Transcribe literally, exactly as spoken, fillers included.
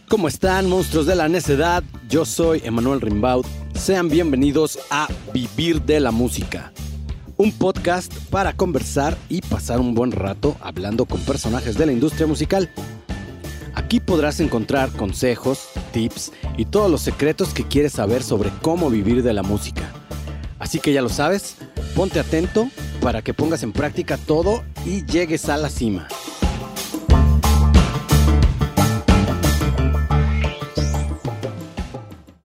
¿Cómo están, monstruos de la necedad? Yo soy Emanuel Rimbaud. Sean bienvenidos a Vivir de la Música, un podcast para conversar y pasar un buen rato hablando con personajes de la industria musical. Aquí podrás encontrar consejos, tips y todos los secretos que quieres saber sobre cómo vivir de la música. Así que ya lo sabes, ponte atento para que pongas en práctica todo y llegues a la cima.